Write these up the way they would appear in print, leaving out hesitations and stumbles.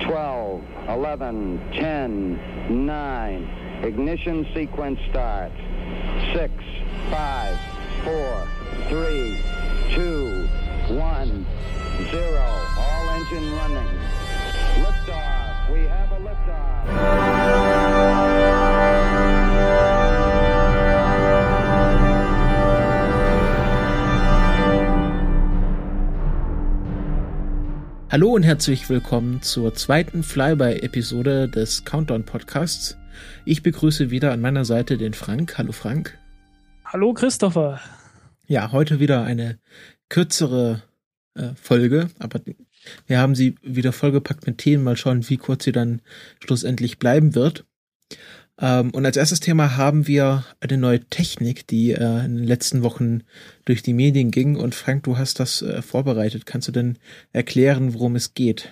12, 11, 10, 9. Ignition sequence starts. 6, 5, 4, 3, 2, 1, 0. All engine running. Liftoff. We have a liftoff. Hallo und herzlich willkommen zur zweiten Flyby-Episode des Countdown-Podcasts. Ich begrüße wieder an meiner Seite den Frank. Hallo Frank. Hallo Christopher. Ja, heute wieder eine kürzere Folge, aber wir haben sie wieder vollgepackt mit Themen. Mal schauen, wie kurz sie dann schlussendlich bleiben wird. Und als erstes Thema haben wir eine neue Technik, die in den letzten Wochen durch die Medien ging. Und Frank, du hast das vorbereitet. Kannst du denn erklären, worum es geht?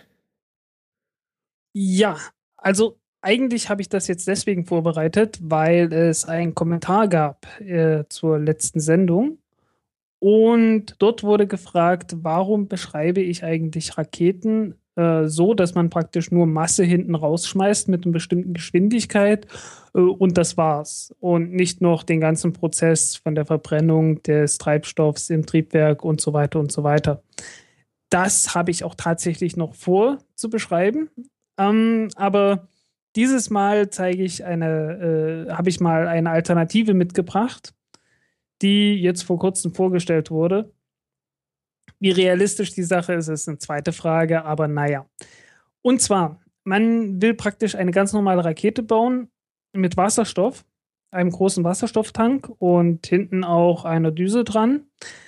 Ja, also eigentlich habe ich das jetzt deswegen vorbereitet, weil es einen Kommentar gab zur letzten Sendung. Und dort wurde gefragt, warum beschreibe ich eigentlich Raketen so, dass man praktisch nur Masse hinten rausschmeißt mit einer bestimmten Geschwindigkeit und das war's. Und nicht noch den ganzen Prozess von der Verbrennung des Treibstoffs im Triebwerk und so weiter und so weiter. Das habe ich auch tatsächlich noch vor zu beschreiben. Aber dieses Mal habe ich mal eine Alternative mitgebracht, die jetzt vor kurzem vorgestellt wurde. Wie realistisch die Sache ist eine zweite Frage, aber naja. Und zwar, man will praktisch eine ganz normale Rakete bauen mit Wasserstoff, einem großen Wasserstofftank und hinten auch einer Düse dran.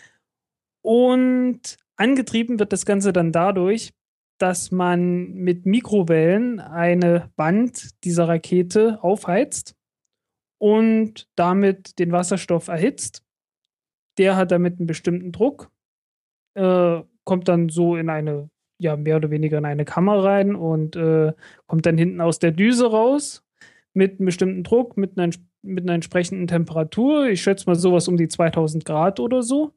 Und angetrieben wird das Ganze dann dadurch, dass man mit Mikrowellen eine Wand dieser Rakete aufheizt und damit den Wasserstoff erhitzt. Der hat damit einen bestimmten Druck. Kommt dann so in eine, ja, mehr oder weniger in eine Kammer rein und kommt dann hinten aus der Düse raus mit einem bestimmten Druck, mit einer entsprechenden Temperatur. Ich schätze mal sowas um die 2000 Grad oder so.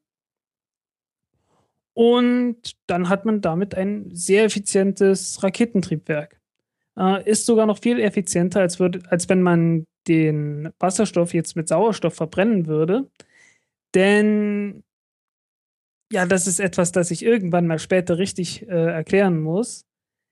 Und dann hat man damit ein sehr effizientes Raketentriebwerk. Ist sogar noch viel effizienter, als wenn man den Wasserstoff jetzt mit Sauerstoff verbrennen würde. Denn ja, das ist etwas, das ich irgendwann mal später richtig erklären muss.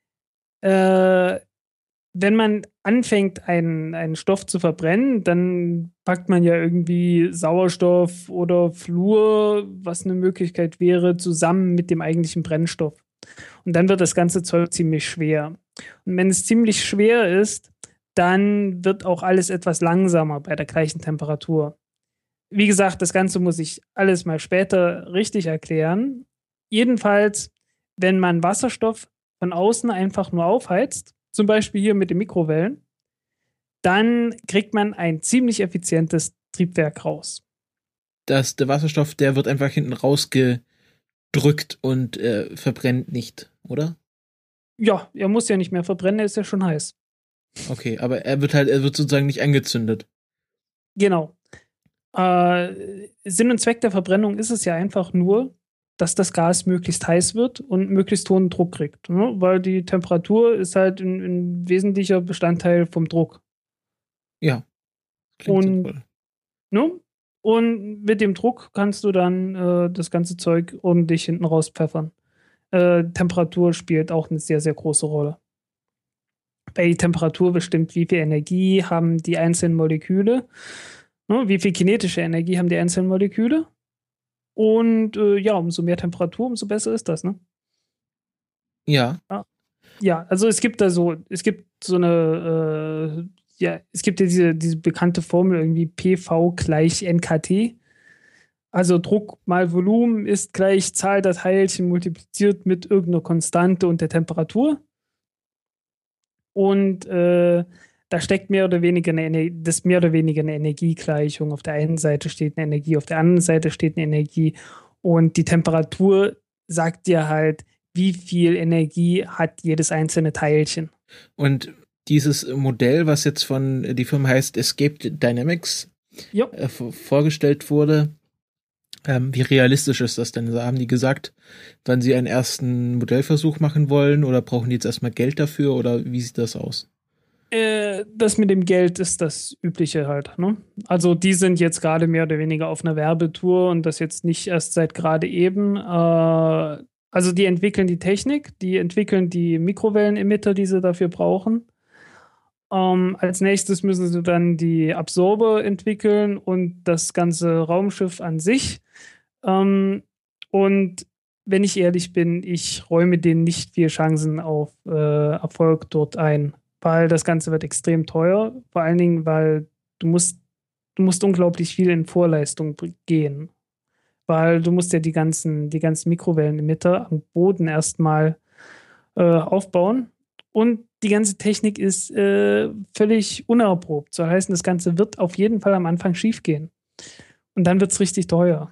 Wenn man anfängt, einen Stoff zu verbrennen, dann packt man ja irgendwie Sauerstoff oder Fluor, was eine Möglichkeit wäre, zusammen mit dem eigentlichen Brennstoff. Und dann wird das ganze Zeug ziemlich schwer. Und wenn es ziemlich schwer ist, dann wird auch alles etwas langsamer bei der gleichen Temperatur. Wie gesagt, das Ganze muss ich alles mal später richtig erklären. Jedenfalls, wenn man Wasserstoff von außen einfach nur aufheizt, zum Beispiel hier mit den Mikrowellen, dann kriegt man ein ziemlich effizientes Triebwerk raus. Der Wasserstoff, der wird einfach hinten rausgedrückt und verbrennt nicht, oder? Ja, er muss ja nicht mehr verbrennen, er ist ja schon heiß. Okay, aber er wird sozusagen nicht angezündet. Genau. Sinn und Zweck der Verbrennung ist es ja einfach nur, dass das Gas möglichst heiß wird und möglichst hohen Druck kriegt. Ne? Weil die Temperatur ist halt ein wesentlicher Bestandteil vom Druck. Ja, klingt sinnvoll. Ne? Und mit dem Druck kannst du dann das ganze Zeug ordentlich hinten raus pfeffern. Temperatur spielt auch eine sehr, sehr große Rolle. Weil die Temperatur bestimmt, wie viel Energie haben die einzelnen Moleküle. Wie viel kinetische Energie haben die einzelnen Moleküle? Und ja, umso mehr Temperatur, umso besser ist das, ne? Ja. Ja, also es gibt ja diese bekannte Formel irgendwie PV gleich NKT. Also Druck mal Volumen ist gleich Zahl der Teilchen multipliziert mit irgendeiner Konstante und der Temperatur. Und da steckt mehr oder weniger eine Energiegleichung. Auf der einen Seite steht eine Energie, auf der anderen Seite steht eine Energie. Und die Temperatur sagt dir halt, wie viel Energie hat jedes einzelne Teilchen. Und dieses Modell, was jetzt die Firma heißt Escape Dynamics, vorgestellt wurde, Wie realistisch ist das denn? Also haben die gesagt, wann sie einen ersten Modellversuch machen wollen oder brauchen die jetzt erstmal Geld dafür oder wie sieht das aus? Das mit dem Geld ist das Übliche halt, ne? Also die sind jetzt gerade mehr oder weniger auf einer Werbetour und das jetzt nicht erst seit gerade eben. Also die entwickeln die Technik, die entwickeln die Mikrowellenemitter, die sie dafür brauchen. Als nächstes müssen sie dann die Absorber entwickeln und das ganze Raumschiff an sich. Und wenn ich ehrlich bin, ich räume denen nicht viel Chancen auf Erfolg dort ein, weil das Ganze wird extrem teuer. Vor allen Dingen, weil du musst unglaublich viel in Vorleistung gehen. Weil du musst ja die ganzen Mikrowellenemitter am Boden erstmal aufbauen. Und die ganze Technik ist völlig unerprobt. So heißt, das Ganze wird auf jeden Fall am Anfang schief gehen. Und dann wird es richtig teuer.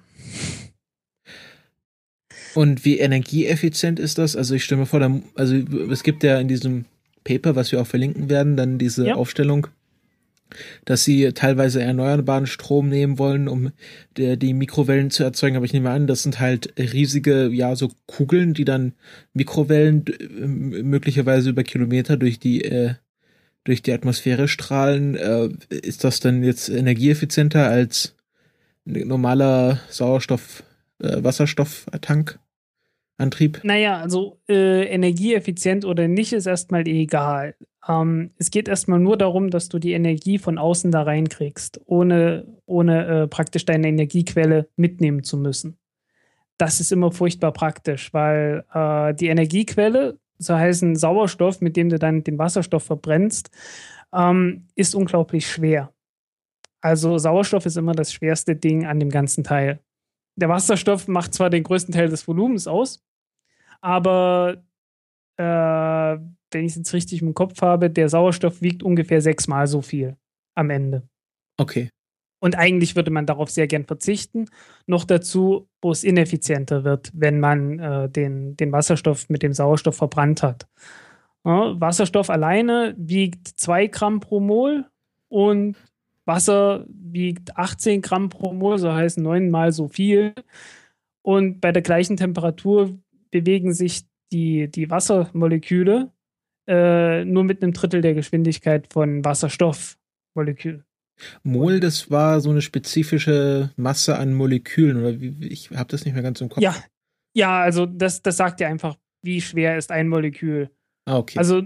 Und wie energieeffizient ist das? Also ich stelle mir vor, also es gibt ja in diesem Paper, was wir auch verlinken werden, dann diese Aufstellung, dass sie teilweise erneuerbaren Strom nehmen wollen, um die Mikrowellen zu erzeugen. Aber ich nehme an, das sind halt riesige, ja, so Kugeln, die dann Mikrowellen möglicherweise über Kilometer durch die Atmosphäre strahlen. Ist das dann jetzt energieeffizienter als ein normaler Wasserstofftankantrieb? Naja, also energieeffizient oder nicht ist erstmal egal. Es geht erstmal nur darum, dass du die Energie von außen da reinkriegst, ohne praktisch deine Energiequelle mitnehmen zu müssen. Das ist immer furchtbar praktisch, weil die Energiequelle, so heißen Sauerstoff, mit dem du dann den Wasserstoff verbrennst, ist unglaublich schwer. Also Sauerstoff ist immer das schwerste Ding an dem ganzen Teil. Der Wasserstoff macht zwar den größten Teil des Volumens aus, aber wenn ich es jetzt richtig im Kopf habe, der Sauerstoff wiegt ungefähr 6-mal so viel am Ende. Okay. Und eigentlich würde man darauf sehr gern verzichten. Noch dazu, wo es ineffizienter wird, wenn man den Wasserstoff mit dem Sauerstoff verbrannt hat. Wasserstoff alleine wiegt 2 Gramm pro Mol und Wasser wiegt 18 Gramm pro Mol, so heißt 9-mal so viel. Und bei der gleichen Temperatur bewegen sich die Wassermoleküle nur mit einem Drittel der Geschwindigkeit von Wasserstoffmolekülen. Mol, das war so eine spezifische Masse an Molekülen, oder wie? Ich habe das nicht mehr ganz im Kopf. Ja, also das sagt ja einfach, wie schwer ist ein Molekül. Ah, okay. Also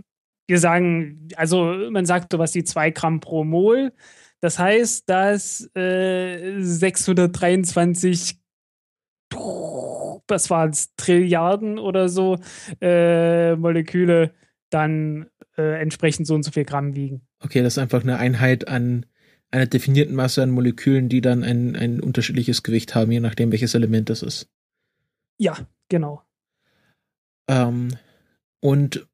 man sagt sowas wie 2 Gramm pro Mol. Das heißt, dass 623 was waren es, Trilliarden oder so Moleküle dann entsprechend so und so viel Gramm wiegen. Okay, das ist einfach eine Einheit an einer definierten Masse an Molekülen, die dann ein unterschiedliches Gewicht haben, je nachdem, welches Element das ist. Ja, genau. Und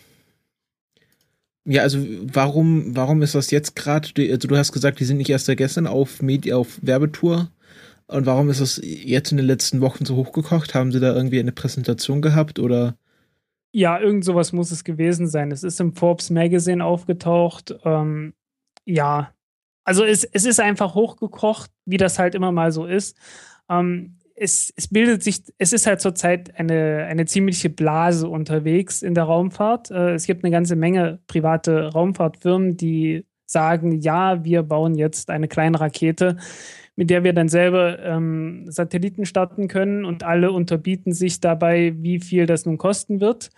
ja, also warum ist das jetzt gerade, also du hast gesagt, die sind nicht erst seit gestern auf Werbetour. Und warum ist das jetzt in den letzten Wochen so hochgekocht? Haben sie da irgendwie eine Präsentation gehabt oder? Ja, irgend sowas muss es gewesen sein. Es ist im Forbes Magazine aufgetaucht. Ja, also es ist einfach hochgekocht, wie das halt immer mal so ist. Es ist halt zurzeit eine ziemliche Blase unterwegs in der Raumfahrt. Es gibt eine ganze Menge private Raumfahrtfirmen, die sagen, ja, wir bauen jetzt eine kleine Rakete, mit der wir dann selber Satelliten starten können und alle unterbieten sich dabei, wie viel das nun kosten wird.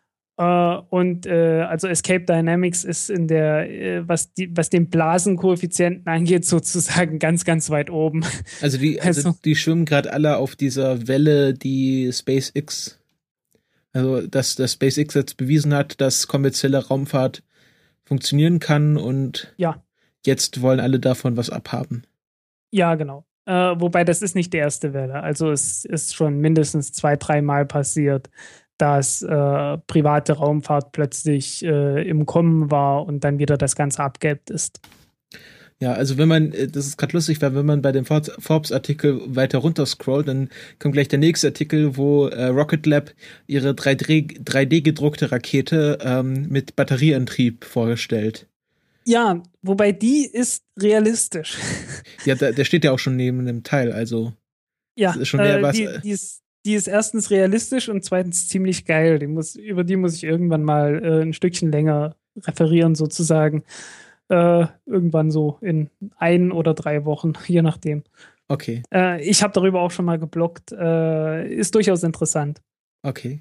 Also Escape Dynamics ist in der, was den Blasenkoeffizienten angeht, sozusagen ganz, ganz weit oben. Also die schwimmen gerade alle auf dieser Welle, die SpaceX, also dass SpaceX jetzt bewiesen hat, dass kommerzielle Raumfahrt funktionieren kann und jetzt wollen alle davon was abhaben. Ja, genau. Wobei das ist nicht die erste Welle. Also es ist schon mindestens 2-3 Mal passiert, dass private Raumfahrt plötzlich im Kommen war und dann wieder das Ganze abgeebbt ist. Ja, also das ist gerade lustig, weil wenn man bei dem Forbes-Artikel weiter runter scrollt, dann kommt gleich der nächste Artikel, wo Rocket Lab ihre 3D-gedruckte Rakete mit Batterieantrieb vorstellt. Ja, wobei die ist realistisch. Ja, der steht ja auch schon neben dem Teil, also. Ja, das ist schon mehr was. Die ist erstens realistisch und zweitens ziemlich geil. Über die muss ich irgendwann mal ein Stückchen länger referieren, sozusagen. Irgendwann so in 1 oder 3 Wochen, je nachdem. Okay. Ich habe darüber auch schon mal gebloggt. Ist durchaus interessant. Okay.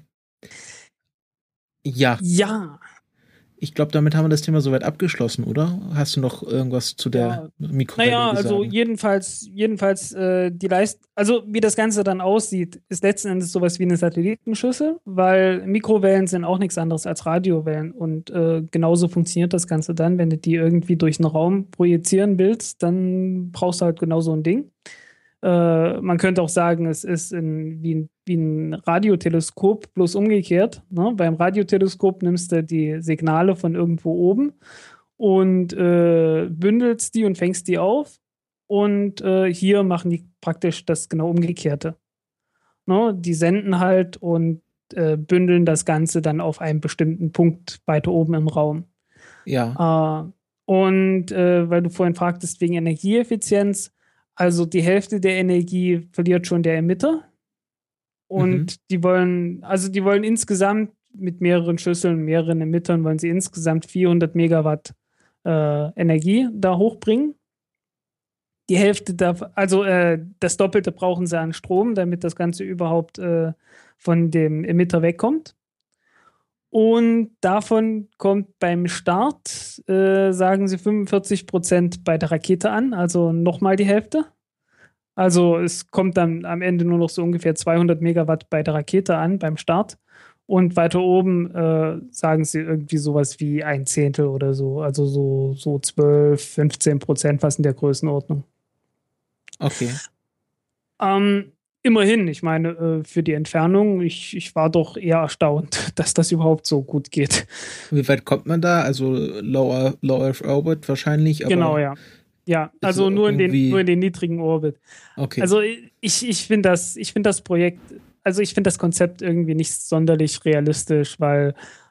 Ja. Ja. Ich glaube, damit haben wir das Thema soweit abgeschlossen, oder? Hast du noch irgendwas zu der Mikrowelle gesagt? Also jedenfalls die also wie das Ganze dann aussieht, ist letzten Endes sowas wie eine Satellitenschüssel, weil Mikrowellen sind auch nichts anderes als Radiowellen und genauso funktioniert das Ganze dann, wenn du die irgendwie durch einen Raum projizieren willst, dann brauchst du halt genau so ein Ding. Man könnte auch sagen, es ist wie ein Radioteleskop, bloß umgekehrt. Ne? Beim Radioteleskop nimmst du die Signale von irgendwo oben und bündelst die und fängst die auf. Und hier machen die praktisch das genau Umgekehrte. Ne? Die senden halt und bündeln das Ganze dann auf einen bestimmten Punkt weiter oben im Raum. Ja. Weil du vorhin fragtest wegen Energieeffizienz, also die Hälfte der Energie verliert schon der Emitter. Und die wollen insgesamt mit mehreren Schüsseln, mehreren Emittern, wollen sie insgesamt 400 Megawatt Energie da hochbringen. Die Hälfte das Doppelte brauchen sie an Strom, damit das Ganze überhaupt von dem Emitter wegkommt. Und davon kommt beim Start, sagen sie, 45% bei der Rakete an, also nochmal die Hälfte. Also es kommt dann am Ende nur noch so ungefähr 200 Megawatt bei der Rakete an beim Start. Und weiter oben sagen sie irgendwie sowas wie 1/10 oder so. Also so 12-15%, was in der Größenordnung. Okay. Immerhin, ich meine, für die Entfernung, ich war doch eher erstaunt, dass das überhaupt so gut geht. Wie weit kommt man da? Also Low Earth Orbit wahrscheinlich? Aber genau, ja. Ja, also nur in den niedrigen Orbit. Okay. Also ich finde das Projekt, also ich finde das Konzept irgendwie nicht sonderlich realistisch, weil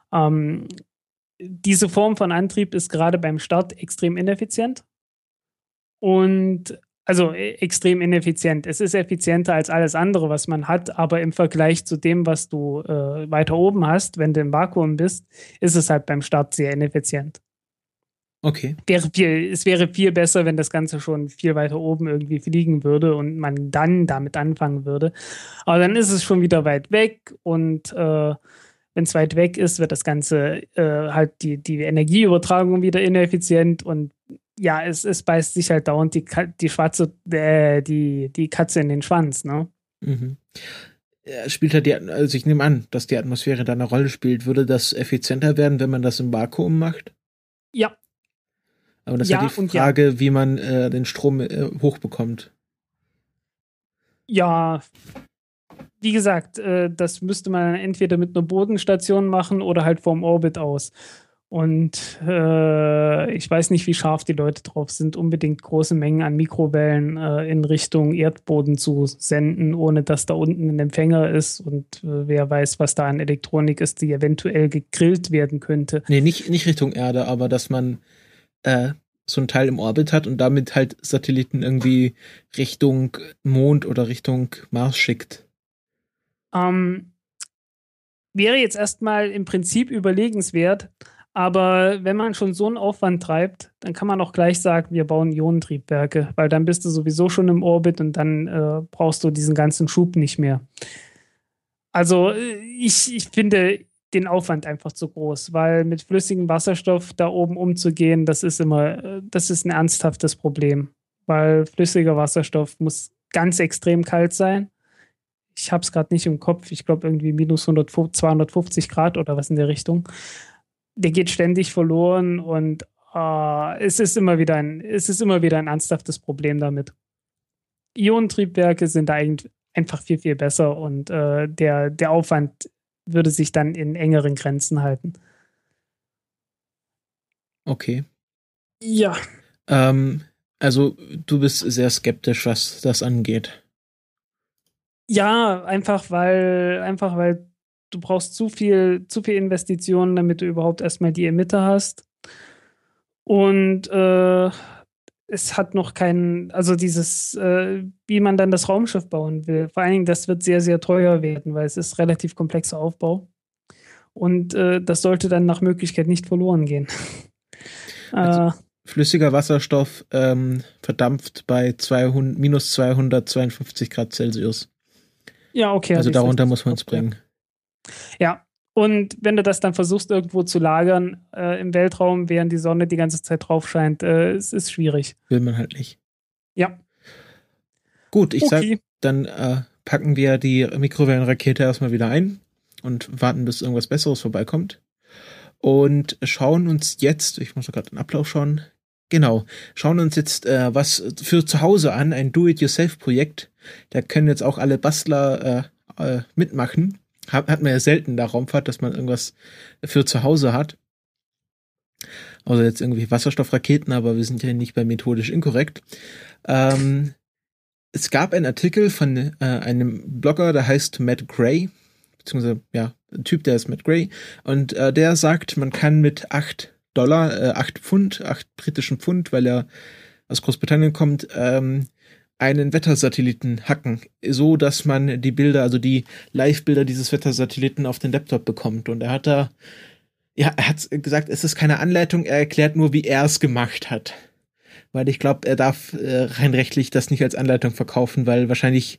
diese Form von Antrieb ist gerade beim Start extrem ineffizient. Und also extrem ineffizient. Es ist effizienter als alles andere, was man hat, aber im Vergleich zu dem, was du weiter oben hast, wenn du im Vakuum bist, ist es halt beim Start sehr ineffizient. Okay. Es wäre viel besser, wenn das Ganze schon viel weiter oben irgendwie fliegen würde und man dann damit anfangen würde. Aber dann ist es schon wieder weit weg und wenn es weit weg ist, wird das Ganze halt die Energieübertragung wieder ineffizient und ja, es beißt sich halt dauernd die Katze in den Schwanz, ne? Mhm. Spielt halt also ich nehme an, dass die Atmosphäre da eine Rolle spielt. Würde das effizienter werden, wenn man das im Vakuum macht? Ja. Aber das ist ja die Frage, wie man den Strom hochbekommt. Ja, wie gesagt, das müsste man entweder mit einer Bodenstation machen oder halt vom Orbit aus. Und ich weiß nicht, wie scharf die Leute drauf sind, unbedingt große Mengen an Mikrowellen in Richtung Erdboden zu senden, ohne dass da unten ein Empfänger ist und wer weiß, was da an Elektronik ist, die eventuell gegrillt werden könnte. Nee, nicht Richtung Erde, aber dass man so ein Teil im Orbit hat und damit halt Satelliten irgendwie Richtung Mond oder Richtung Mars schickt. Wäre jetzt erstmal im Prinzip überlegenswert, aber wenn man schon so einen Aufwand treibt, dann kann man auch gleich sagen, wir bauen Ionentriebwerke, weil dann bist du sowieso schon im Orbit und dann brauchst du diesen ganzen Schub nicht mehr. Also ich finde den Aufwand einfach zu groß, weil mit flüssigem Wasserstoff da oben umzugehen, das ist ein ernsthaftes Problem, weil flüssiger Wasserstoff muss ganz extrem kalt sein. Ich habe es gerade nicht im Kopf, ich glaube irgendwie minus 250 Grad oder was in der Richtung. Der geht ständig verloren und es ist immer wieder ein ernsthaftes Problem damit. Ionentriebwerke sind da eigentlich einfach viel, viel besser und der Aufwand würde sich dann in engeren Grenzen halten. Okay. Ja. Also du bist sehr skeptisch, was das angeht. Ja, einfach weil du brauchst zu viel Investitionen, damit du überhaupt erstmal die Emitter hast. Und es hat noch keinen, also dieses, wie man dann das Raumschiff bauen will. Vor allen Dingen, das wird sehr, sehr teuer werden, weil es ist relativ komplexer Aufbau. Und das sollte dann nach Möglichkeit nicht verloren gehen. Also, flüssiger Wasserstoff verdampft bei minus 252 Grad Celsius. Ja, okay. Also darunter muss man es bringen. Ja, und wenn du das dann versuchst, irgendwo zu lagern im Weltraum, während die Sonne die ganze Zeit drauf scheint, es ist schwierig. Will man halt nicht. Ja. Gut, ich sag, dann packen wir die Mikrowellenrakete erstmal wieder ein und warten, bis irgendwas Besseres vorbeikommt. Und schauen uns jetzt, ich muss gerade den Ablauf schauen, schauen uns jetzt was für zu Hause an, ein Do-it-yourself-Projekt. Da können jetzt auch alle Bastler mitmachen. Hat man ja selten in der Raumfahrt, dass man irgendwas für zu Hause hat. Also jetzt irgendwie Wasserstoffraketen, aber wir sind ja nicht bei methodisch inkorrekt. Es gab einen Artikel von einem Blogger, der heißt Matt Gray, beziehungsweise, ja, ein Typ, der ist Matt Gray, und der sagt, man kann mit $8, 8 britischen Pfund, weil er aus Großbritannien kommt, einen Wettersatelliten hacken, so dass man die Bilder, also die Live-Bilder dieses Wettersatelliten auf den Laptop bekommt. Und er hat gesagt, es ist keine Anleitung, er erklärt nur, wie er es gemacht hat. Weil ich glaube, er darf rein rechtlich das nicht als Anleitung verkaufen, weil wahrscheinlich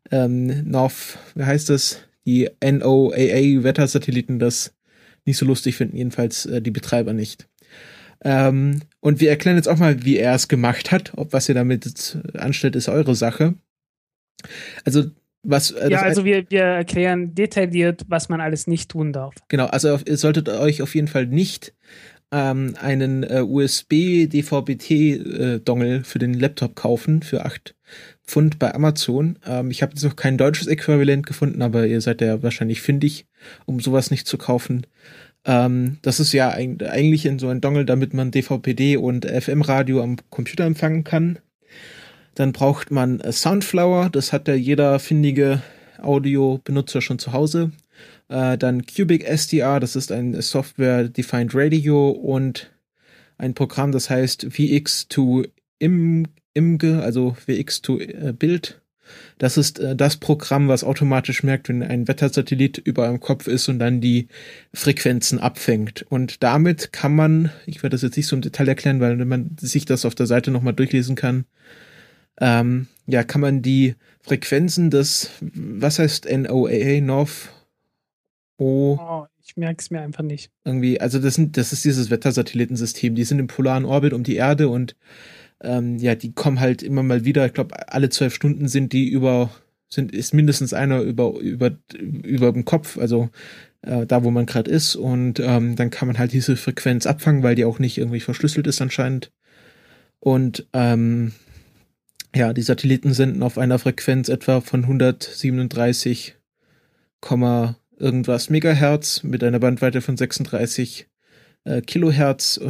die NOAA-Wettersatelliten das nicht so lustig finden, jedenfalls die Betreiber nicht. Und wir erklären jetzt auch mal, wie er es gemacht hat. Was ihr damit anstellt, ist eure Sache. Also, wir erklären detailliert, was man alles nicht tun darf. Genau, also ihr solltet euch auf jeden Fall nicht einen USB-DVB-T-Dongle für den Laptop kaufen für 8 Pfund bei Amazon. Ich habe jetzt noch kein deutsches Äquivalent gefunden, aber ihr seid ja wahrscheinlich fündig, um sowas nicht zu kaufen. Das ist ja eigentlich in so ein Dongle, damit man DVB-D und FM-Radio am Computer empfangen kann. Dann braucht man Soundflower, das hat ja jeder findige Audio-Benutzer schon zu Hause. Dann Cubic SDR, das ist ein Software-Defined Radio und ein Programm, das heißt VX2Imge, also VX2Bild. Das ist das Programm, was automatisch merkt, wenn ein Wettersatellit über eurem Kopf ist und dann die Frequenzen abfängt. Und damit kann man, ich werde das jetzt nicht so im Detail erklären, weil wenn man sich das auf der Seite nochmal durchlesen kann, kann man die Frequenzen des, was heißt NOAA, ich merke es mir einfach nicht. Irgendwie, also das ist dieses Wettersatellitensystem, die sind im polaren Orbit um die Erde und die kommen halt immer mal wieder, ich glaube, alle 12 Stunden ist mindestens einer über dem Kopf, also da, wo man gerade ist, und dann kann man halt diese Frequenz abfangen, weil die auch nicht irgendwie verschlüsselt ist anscheinend. Und die Satelliten senden auf einer Frequenz etwa von 137, irgendwas Megahertz mit einer Bandweite von 36 Kilohertz.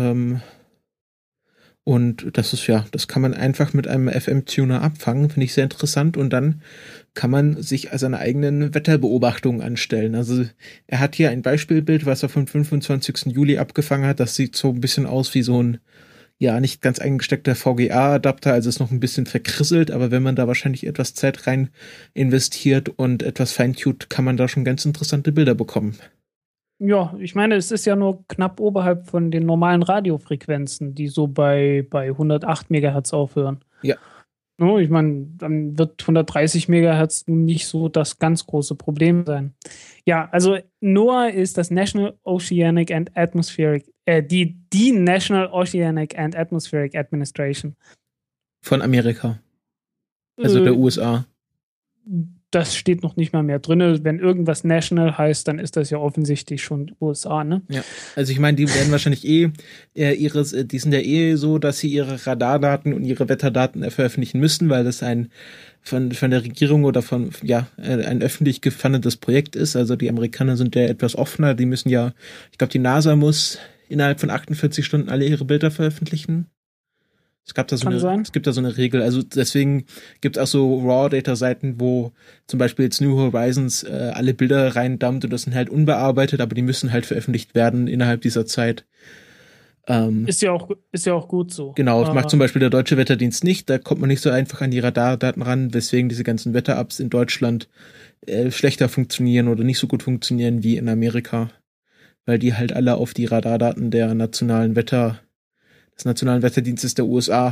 Und das kann man einfach mit einem FM-Tuner abfangen, finde ich sehr interessant. Und dann kann man sich seine eigenen Wetterbeobachtungen anstellen. Also er hat hier ein Beispielbild, was er vom 25. Juli abgefangen hat. Das sieht so ein bisschen aus wie so ein, nicht ganz eingesteckter VGA-Adapter, also ist noch ein bisschen verkrisselt, aber wenn man da wahrscheinlich etwas Zeit rein investiert und etwas feintuned, kann man da schon ganz interessante Bilder bekommen. Ja, ich meine, es ist ja nur knapp oberhalb von den normalen Radiofrequenzen, die so bei 108 Megahertz aufhören. Ja. No, ich meine, dann wird 130 Megahertz nicht so das ganz große Problem sein. Ja, also NOAA ist das National Oceanic and Atmospheric, die National Oceanic and Atmospheric Administration. Von Amerika. Also der USA. Das steht noch nicht mal mehr drin. Wenn irgendwas National heißt, dann ist das ja offensichtlich schon USA, ne? Ja, also ich meine, die werden wahrscheinlich die sind ja so, dass sie ihre Radardaten und ihre Wetterdaten veröffentlichen müssen, weil das von der Regierung oder ein öffentlich gefundetes Projekt ist. Also die Amerikaner sind ja etwas offener. Die müssen ich glaube, die NASA muss innerhalb von 48 Stunden alle ihre Bilder veröffentlichen. Es gibt da so eine Regel, also deswegen gibt es auch so Raw-Data-Seiten, wo zum Beispiel jetzt New Horizons alle Bilder reindumpt und das sind halt unbearbeitet, aber die müssen halt veröffentlicht werden innerhalb dieser Zeit. Ist ja auch gut so. Genau, das macht zum Beispiel der Deutsche Wetterdienst nicht. Da kommt man nicht so einfach an die Radardaten ran, weswegen diese ganzen Wetter-Apps in Deutschland schlechter funktionieren oder nicht so gut funktionieren wie in Amerika. Weil die halt alle auf die Radardaten des Nationalen Wetterdienstes der USA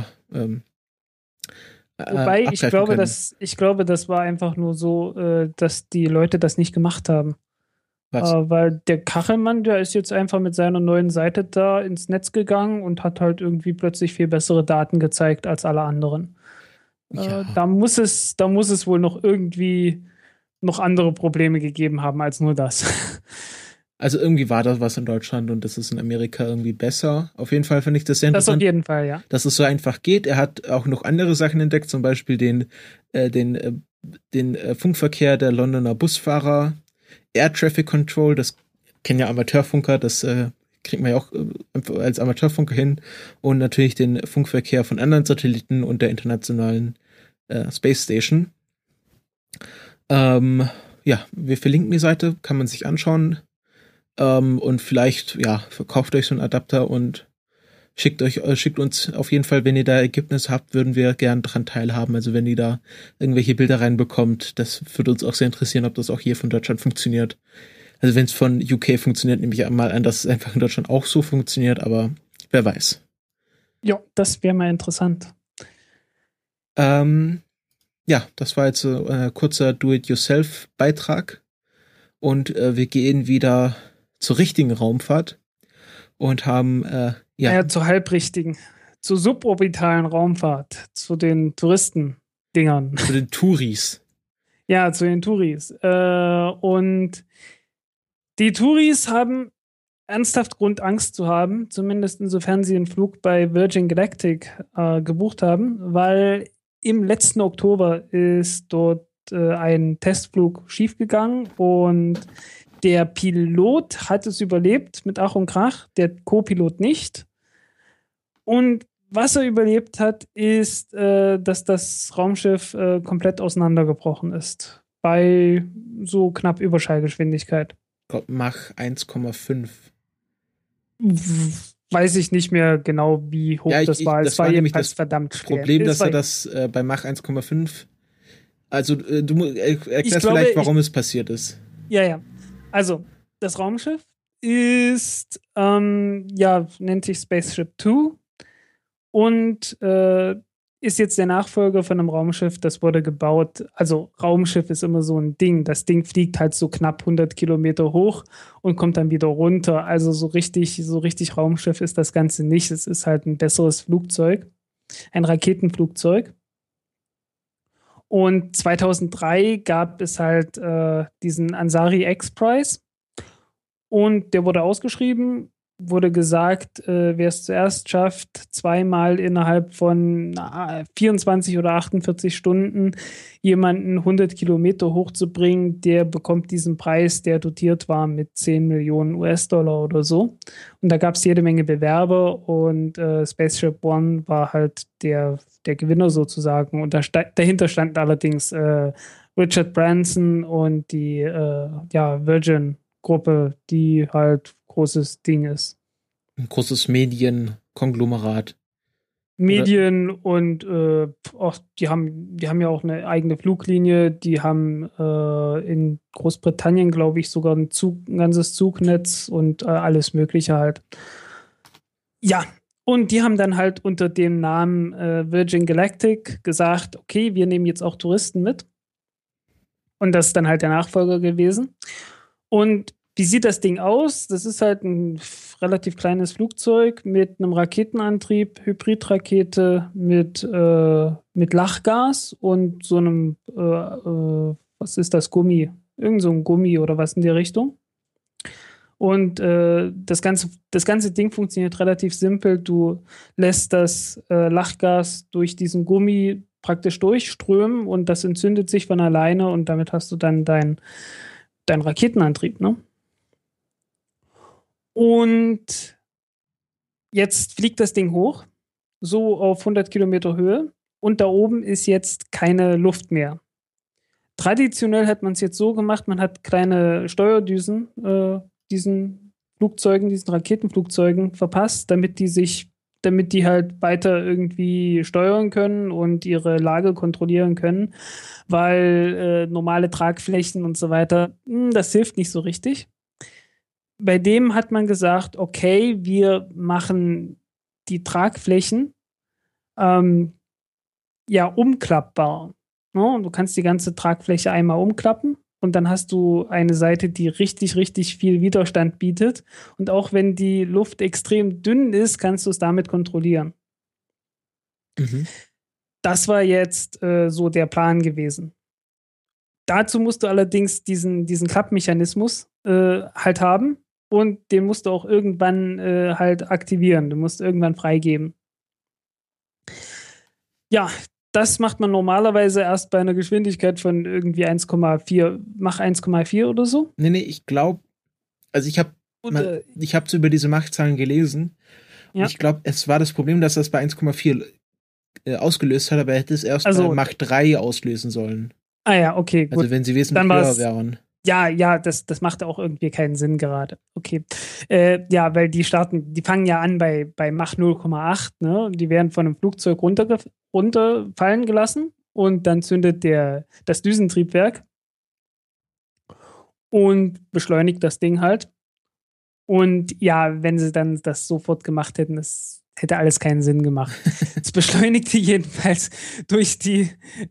wobei ich glaube, das war einfach nur so, dass die Leute das nicht gemacht haben. Weil der Kachelmann, der ist jetzt einfach mit seiner neuen Seite da ins Netz gegangen und hat halt irgendwie plötzlich viel bessere Daten gezeigt als alle anderen. Ja. Da muss es wohl noch irgendwie noch andere Probleme gegeben haben als nur das. Also irgendwie war das was in Deutschland und das ist in Amerika irgendwie besser. Auf jeden Fall finde ich das sehr interessant. Das auf jeden Fall, ja. Dass es so einfach geht. Er hat auch noch andere Sachen entdeckt, zum Beispiel den Funkverkehr der Londoner Busfahrer, Air Traffic Control, das kennen ja Amateurfunker, das kriegt man ja auch als Amateurfunker hin, und natürlich den Funkverkehr von anderen Satelliten und der internationalen Space Station. Ja, wir verlinken die Seite, kann man sich anschauen, und vielleicht, ja, verkauft euch so einen Adapter und schickt uns auf jeden Fall, wenn ihr da Ergebnisse habt, würden wir gern dran teilhaben. Also wenn ihr da irgendwelche Bilder reinbekommt, das würde uns auch sehr interessieren, ob das auch hier von Deutschland funktioniert. Also wenn es von UK funktioniert, nehme ich mal an, dass es einfach in Deutschland auch so funktioniert, aber wer weiß. Ja, das wäre mal interessant. Ja, das war jetzt ein kurzer Do-it-yourself-Beitrag und wir gehen wieder zur richtigen Raumfahrt und haben zur halbrichtigen, zur suborbitalen Raumfahrt, zu den Touristendingern. Zu den Touris. Ja, zu den Touris. Und die Touris haben ernsthaft Grund, Angst zu haben, zumindest insofern sie einen Flug bei Virgin Galactic gebucht haben, weil im letzten Oktober ist dort ein Testflug schiefgegangen und der Pilot hat es überlebt mit Ach und Krach, der Co-Pilot nicht. Und was er überlebt hat, ist, dass das Raumschiff komplett auseinandergebrochen ist. Bei so knapp Überschallgeschwindigkeit. Mach 1,5. Weiß ich nicht mehr genau, wie hoch das war. Das war jedenfalls verdammt schwer. Problem, dass er das bei Mach 1,5. Also, du erklärst vielleicht, warum es passiert ist. Ja. Also, das Raumschiff ist, nennt sich Spaceship Two und ist jetzt der Nachfolger von einem Raumschiff, das wurde gebaut. Also, Raumschiff ist immer so ein Ding. Das Ding fliegt halt so knapp 100 Kilometer hoch und kommt dann wieder runter. Also, so richtig Raumschiff ist das Ganze nicht. Es ist halt ein besseres Flugzeug, ein Raketenflugzeug. Und 2003 gab es halt diesen Ansari X-Prize und der wurde ausgeschrieben, wurde gesagt, wer es zuerst schafft, zweimal innerhalb von 24 oder 48 Stunden jemanden 100 Kilometer hochzubringen, der bekommt diesen Preis, der dotiert war mit 10 Millionen US-Dollar oder so. Und da gab es jede Menge Bewerber und Spaceship One war halt der Gewinner sozusagen. Und dahinter standen allerdings Richard Branson und die Virgin-Gruppe, die halt großes Ding ist. Ein großes Medienkonglomerat. Medien und die haben ja auch eine eigene Fluglinie. Die haben in Großbritannien, glaube ich, sogar ein ganzes Zugnetz und alles Mögliche halt. Ja, und die haben dann halt unter dem Namen Virgin Galactic gesagt, okay, wir nehmen jetzt auch Touristen mit. Und das ist dann halt der Nachfolger gewesen. Und wie sieht das Ding aus? Das ist halt ein relativ kleines Flugzeug mit einem Raketenantrieb, Hybridrakete mit Lachgas und so einem, was ist das, Gummi? Irgend so ein Gummi oder was in die Richtung. Und das ganze Ding funktioniert relativ simpel. Du lässt das Lachgas durch diesen Gummi praktisch durchströmen und das entzündet sich von alleine und damit hast du dann deinen Raketenantrieb, ne? Und jetzt fliegt das Ding hoch, so auf 100 Kilometer Höhe und da oben ist jetzt keine Luft mehr. Traditionell hat man es jetzt so gemacht, man hat kleine Steuerdüsen diesen Flugzeugen, diesen Raketenflugzeugen verpasst, damit die halt weiter irgendwie steuern können und ihre Lage kontrollieren können, weil normale Tragflächen und so weiter, das hilft nicht so richtig. Bei dem hat man gesagt, okay, wir machen die Tragflächen umklappbar. Ne? Du kannst die ganze Tragfläche einmal umklappen und dann hast du eine Seite, die richtig, richtig viel Widerstand bietet. Und auch wenn die Luft extrem dünn ist, kannst du es damit kontrollieren. Mhm. Das war jetzt so der Plan gewesen. Dazu musst du allerdings diesen Klappmechanismus halt haben und den musst du auch irgendwann halt aktivieren. Du musst irgendwann freigeben. Ja, das macht man normalerweise erst bei einer Geschwindigkeit von irgendwie 1,4, Mach 1,4 oder so. Nee, ich glaube, also ich habe so über diese Machzahlen gelesen und ich glaube, es war das Problem, dass das bei 1,4 ausgelöst hat, aber er hätte es erst bei Mach 3 auslösen sollen. Ah ja, okay, gut. Also wenn sie wesentlich höher wären. Ja, das macht auch irgendwie keinen Sinn gerade. Okay. Weil die fangen ja an bei Mach 0,8, ne? Und die werden von einem Flugzeug runterfallen gelassen und dann zündet das Düsentriebwerk und beschleunigt das Ding halt. Und ja, wenn sie dann das sofort gemacht hätten, das hätte alles keinen Sinn gemacht. Es beschleunigte jedenfalls durch die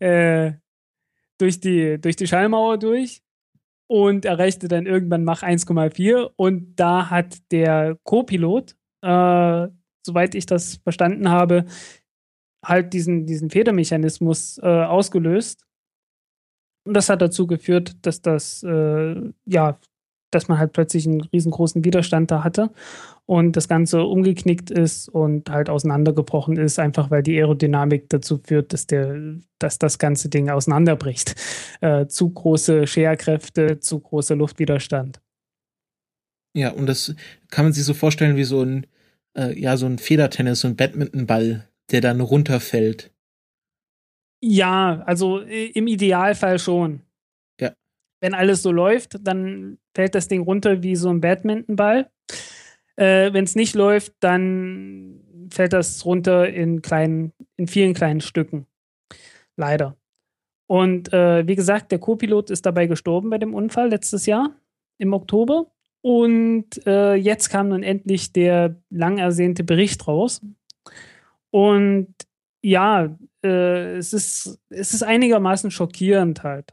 Schallmauer durch und erreichte dann irgendwann Mach 1,4 und da hat der Co-Pilot, soweit ich das verstanden habe, halt diesen Federmechanismus ausgelöst und das hat dazu geführt, dass dass man halt plötzlich einen riesengroßen Widerstand da hatte und das Ganze umgeknickt ist und halt auseinandergebrochen ist, einfach weil die Aerodynamik dazu führt, dass das ganze Ding auseinanderbricht. Zu große Scherkräfte, zu großer Luftwiderstand. Ja, und das kann man sich so vorstellen wie so ein Federtennis, so ein Badmintonball, der dann runterfällt. Ja, also im Idealfall schon. Ja. Wenn alles so läuft, dann fällt das Ding runter wie so ein Badmintonball. Wenn es nicht läuft, dann fällt das runter in vielen kleinen Stücken. Leider. Und wie gesagt, der Co-Pilot ist dabei gestorben bei dem Unfall letztes Jahr im Oktober. Und jetzt kam nun endlich der lang ersehnte Bericht raus. Und ja, es ist einigermaßen schockierend halt.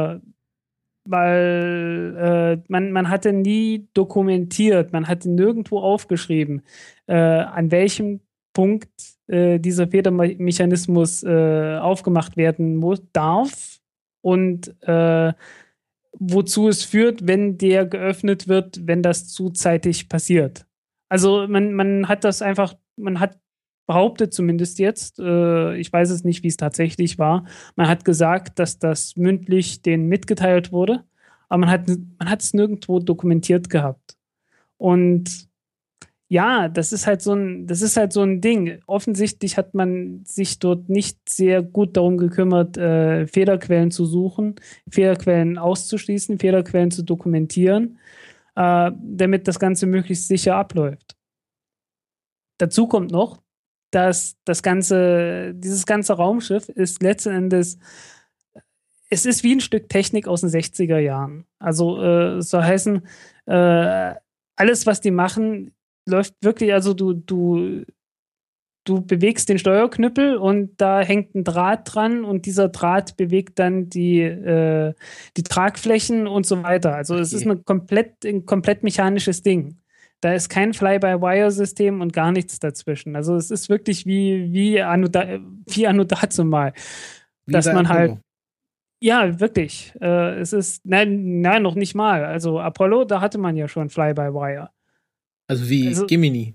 Weil man hatte nie dokumentiert, man hatte nirgendwo aufgeschrieben, an welchem Punkt dieser Federmechanismus aufgemacht werden darf und wozu es führt, wenn der geöffnet wird, wenn das zuzeitig passiert. Also man hat das einfach, man hat behauptet zumindest jetzt, ich weiß es nicht, wie es tatsächlich war, man hat gesagt, dass das mündlich denen mitgeteilt wurde, aber man hat es nirgendwo dokumentiert gehabt. Und ja, das ist halt so ein Ding. Offensichtlich hat man sich dort nicht sehr gut darum gekümmert, Fehlerquellen zu suchen, Fehlerquellen auszuschließen, Fehlerquellen zu dokumentieren, damit das Ganze möglichst sicher abläuft. Dazu kommt noch, dass dieses ganze Raumschiff ist letzten Endes, es ist wie ein Stück Technik aus den 60er Jahren. Also es soll heißen, alles, was die machen, läuft wirklich, also du bewegst den Steuerknüppel und da hängt ein Draht dran und dieser Draht bewegt dann die Tragflächen und so weiter. Also es ist ein komplett mechanisches Ding. Da ist kein Fly-by-Wire-System und gar nichts dazwischen. Also es ist wirklich wie anno dazumal. Dass man halt, ja, wirklich. Es ist, nein, noch nicht mal. Also Apollo, da hatte man ja schon Fly-by-Wire. Also wie Gemini.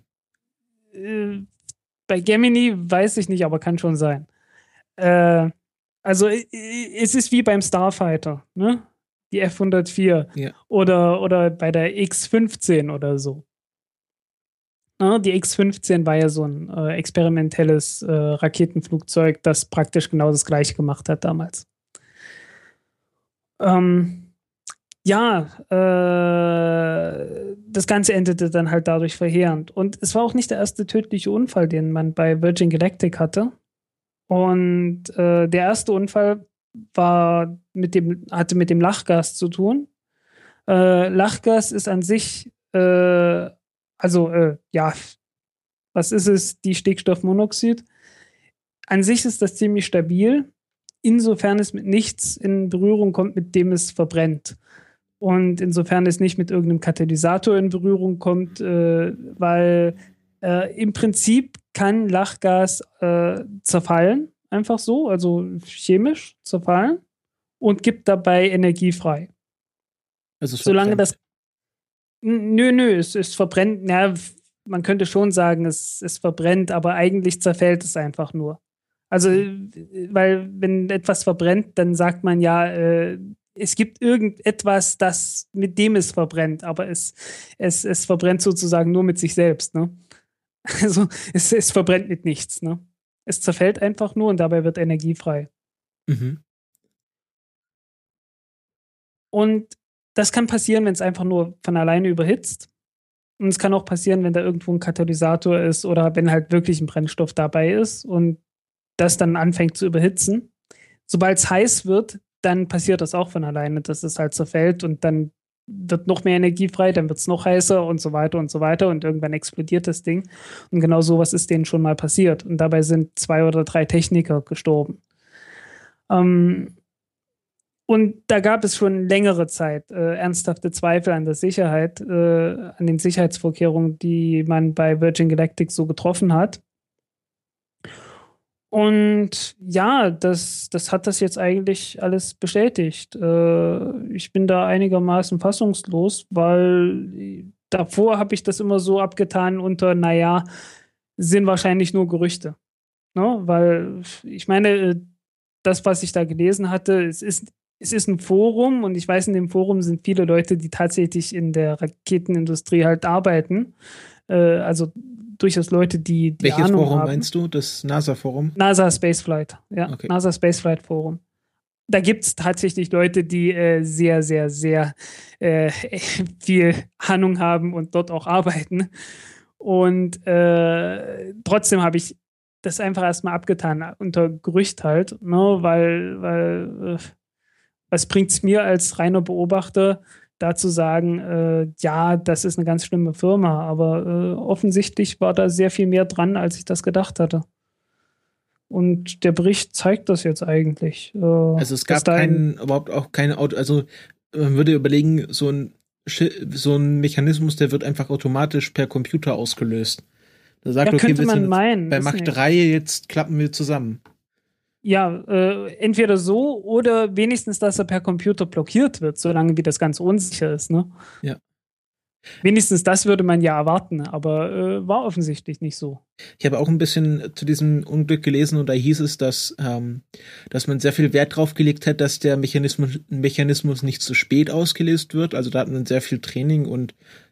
Bei Gemini weiß ich nicht, aber kann schon sein. Also es ist wie beim Starfighter, ne? Die F-104. Ja. Oder bei der X-15 oder so. Ja, die X-15 war ja so ein experimentelles Raketenflugzeug, das praktisch genau das Gleiche gemacht hat damals. Ja, das Ganze endete dann halt dadurch verheerend. Und es war auch nicht der erste tödliche Unfall, den man bei Virgin Galactic hatte. Und der erste Unfall hatte mit dem Lachgas zu tun. Lachgas ist an sich, ja, was ist es? Die Stickstoffmonoxid. An sich ist das ziemlich stabil, insofern es mit nichts in Berührung kommt, mit dem es verbrennt. Und insofern es nicht mit irgendeinem Katalysator in Berührung kommt, weil im Prinzip kann Lachgas zerfallen, einfach so, also chemisch zerfallen und gibt dabei Energie frei. Also es Solange verbrennt. das. Nö, es verbrennt, ja, man könnte schon sagen, es verbrennt, aber eigentlich zerfällt es einfach nur. Also, weil wenn etwas verbrennt, dann sagt man ja, es gibt irgendetwas, mit dem es verbrennt, aber es verbrennt sozusagen nur mit sich selbst, ne? Also es verbrennt mit nichts, ne? Es zerfällt einfach nur und dabei wird Energie frei. Mhm. Und das kann passieren, wenn es einfach nur von alleine überhitzt. Und es kann auch passieren, wenn da irgendwo ein Katalysator ist oder wenn halt wirklich ein Brennstoff dabei ist und das dann anfängt zu überhitzen. Sobald es heiß wird, dann passiert das auch von alleine, dass es halt zerfällt und dann wird noch mehr Energie frei, dann wird es noch heißer und so weiter und so weiter und irgendwann explodiert das Ding. Und genau sowas ist denen schon mal passiert. Und dabei sind 2 oder 3 Techniker gestorben. Und da gab es schon längere Zeit ernsthafte Zweifel an der Sicherheit, an den Sicherheitsvorkehrungen, die man bei Virgin Galactic so getroffen hat. Und ja, das hat das jetzt eigentlich alles bestätigt. Ich bin da einigermaßen fassungslos, weil davor habe ich das immer so abgetan unter, naja, sind wahrscheinlich nur Gerüchte. Ne? Weil ich meine, das, was ich da gelesen hatte, es ist ein Forum und ich weiß, in dem Forum sind viele Leute, die tatsächlich in der Raketenindustrie halt arbeiten. Also durchaus Leute, die Welches Ahnung Forum haben. meinst du? Das NASA-Forum? NASA Spaceflight, ja. Okay. NASA Spaceflight Forum. Da gibt es tatsächlich Leute, die sehr, sehr, sehr viel Ahnung haben und dort auch arbeiten. Und trotzdem habe ich das einfach erstmal abgetan, unter Gerücht halt, ne? Weil was bringt es mir als reiner Beobachter, da zu sagen, ja, das ist eine ganz schlimme Firma, aber offensichtlich war da sehr viel mehr dran, als ich das gedacht hatte. Und der Bericht zeigt das jetzt eigentlich. Also es gab überhaupt auch keine Auto, also man würde überlegen, so ein Mechanismus, der wird einfach automatisch per Computer ausgelöst. Da sagt, ja, okay, könnte wir man sind meinen, bei ist Mach nicht. 3, jetzt klappen wir zusammen. Ja, entweder so oder wenigstens, dass er per Computer blockiert wird, solange wie das ganz unsicher ist, ne? Ja. Wenigstens das würde man ja erwarten, aber war offensichtlich nicht so. Ich habe auch ein bisschen zu diesem Unglück gelesen und da hieß es, dass man sehr viel Wert drauf gelegt hat, dass der Mechanismus nicht zu spät ausgelöst wird. Also da hat man sehr viel Training und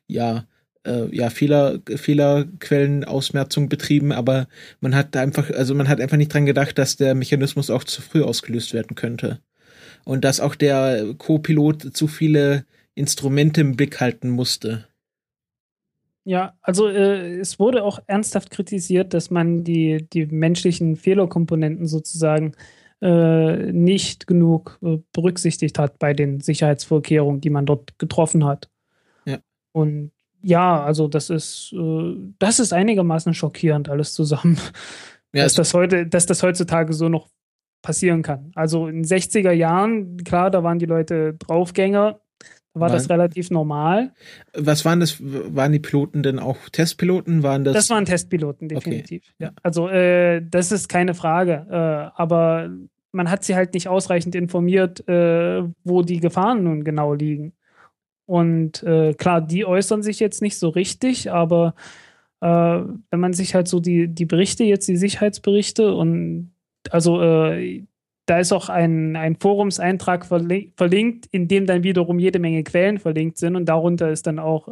Fehlerquellenausmerzung betrieben, aber man hat einfach nicht dran gedacht, dass der Mechanismus auch zu früh ausgelöst werden könnte. Und dass auch der Co-Pilot zu viele Instrumente im Blick halten musste. Ja, also es wurde auch ernsthaft kritisiert, dass man die menschlichen Fehlerkomponenten sozusagen nicht genug berücksichtigt hat bei den Sicherheitsvorkehrungen, die man dort getroffen hat. Ja. Und ja, also das ist einigermaßen schockierend alles zusammen, Ja, dass das heutzutage so noch passieren kann. Also in den 60er Jahren, klar, da waren die Leute Draufgänger, da war das relativ normal. Was waren das? Waren die Piloten denn auch Testpiloten? Das waren Testpiloten, definitiv. Okay. Ja. Also das ist keine Frage, aber man hat sie halt nicht ausreichend informiert, wo die Gefahren nun genau liegen. Und klar, die äußern sich jetzt nicht so richtig, aber wenn man sich halt so die Berichte jetzt, die Sicherheitsberichte und also da ist auch ein Forumseintrag verlinkt, in dem dann wiederum jede Menge Quellen verlinkt sind und darunter ist dann auch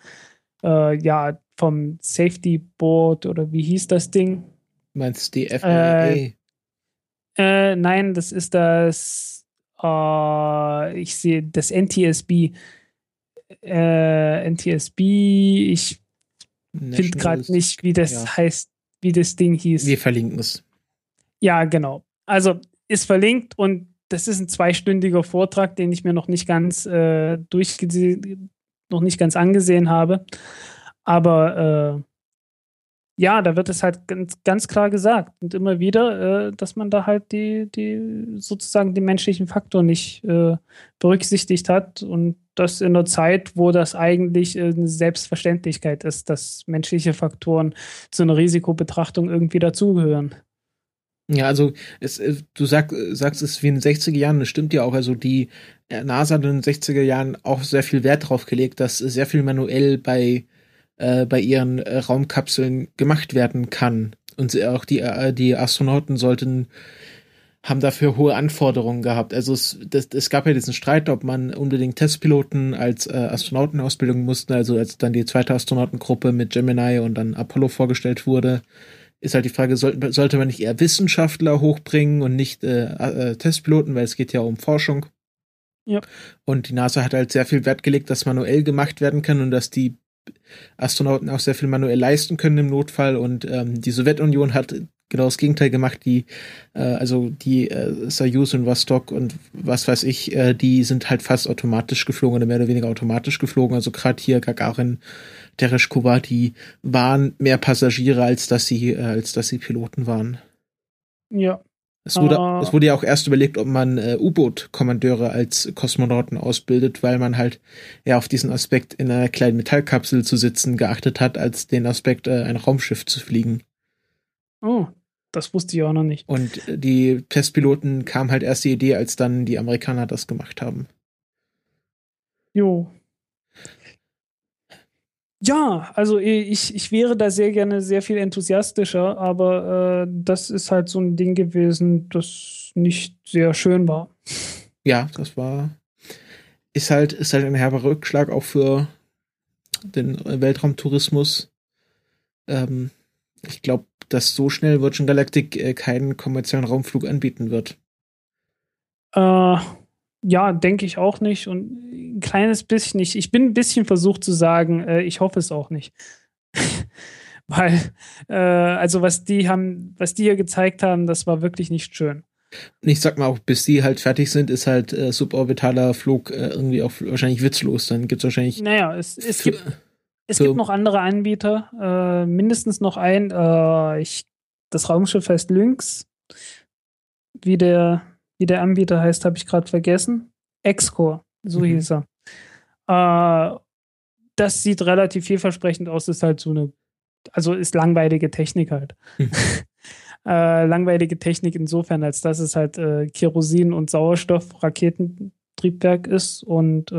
vom Safety Board oder wie hieß das Ding? Meinst du die FAA? Nein, das ist das Ich sehe das NTSB. NTSB, ich finde gerade nicht, wie das heißt, wie das Ding hieß. Wir verlinken es. Ja, genau. Also ist verlinkt und das ist ein 2-stündiger Vortrag, den ich mir noch nicht ganz noch nicht ganz angesehen habe. Aber ja, da wird es halt ganz, ganz klar gesagt und immer wieder, dass man da halt sozusagen den menschlichen Faktor nicht berücksichtigt hat und das in einer Zeit, wo das eigentlich eine Selbstverständlichkeit ist, dass menschliche Faktoren zu einer Risikobetrachtung irgendwie dazugehören. Ja, also du sagst es wie in den 60er Jahren, das stimmt ja auch. Also die NASA hat in den 60er Jahren auch sehr viel Wert drauf gelegt, dass sehr viel manuell bei ihren Raumkapseln gemacht werden kann. Und auch die Astronauten haben dafür hohe Anforderungen gehabt. Also es gab ja diesen Streit, ob man unbedingt Testpiloten als Astronautenausbildung musste. Also als dann die zweite Astronautengruppe mit Gemini und dann Apollo vorgestellt wurde, ist halt die Frage, sollte man nicht eher Wissenschaftler hochbringen und nicht Testpiloten, weil es geht ja um Forschung. Ja. Und die NASA hat halt sehr viel Wert gelegt, dass manuell gemacht werden kann und dass die Astronauten auch sehr viel manuell leisten können im Notfall. Und die Sowjetunion hat genau das Gegenteil gemacht. Die Soyuz und Vostok und was weiß ich, die sind halt fast automatisch geflogen oder mehr oder weniger automatisch geflogen. Also gerade hier Gagarin, Tereshkova, die waren mehr Passagiere, als dass sie Piloten waren. Ja. Es wurde ja auch erst überlegt, ob man U-Boot-Kommandeure als Kosmonauten ausbildet, weil man halt ja auf diesen Aspekt in einer kleinen Metallkapsel zu sitzen geachtet hat, als den Aspekt, ein Raumschiff zu fliegen. Oh, das wusste ich auch noch nicht. Und die Testpiloten kam halt erst die Idee, als dann die Amerikaner das gemacht haben. Jo. Ja, also ich wäre da sehr gerne sehr viel enthusiastischer, aber das ist halt so ein Ding gewesen, das nicht sehr schön war. Ja, ist halt ein herber Rückschlag auch für den Weltraumtourismus. Ich glaube, dass so schnell Virgin Galactic keinen kommerziellen Raumflug anbieten wird. Ja, denke ich auch nicht. Und ein kleines bisschen, ich bin ein bisschen versucht zu sagen, ich hoffe es auch nicht. Weil, also was die hier gezeigt haben, das war wirklich nicht schön. Und ich sag mal auch, bis die halt fertig sind, ist halt suborbitaler Flug irgendwie auch wahrscheinlich witzlos. Dann gibt's wahrscheinlich. Naja, es gibt noch andere Anbieter, mindestens noch ein. Das Raumschiff heißt Lynx. Wie der Anbieter heißt, habe ich gerade vergessen. Xcore, so hieß er. Das sieht relativ vielversprechend aus, ist halt ist langweilige Technik halt. Langweilige Technik insofern, als dass es halt Kerosin- und Sauerstoff-Raketentriebwerk ist und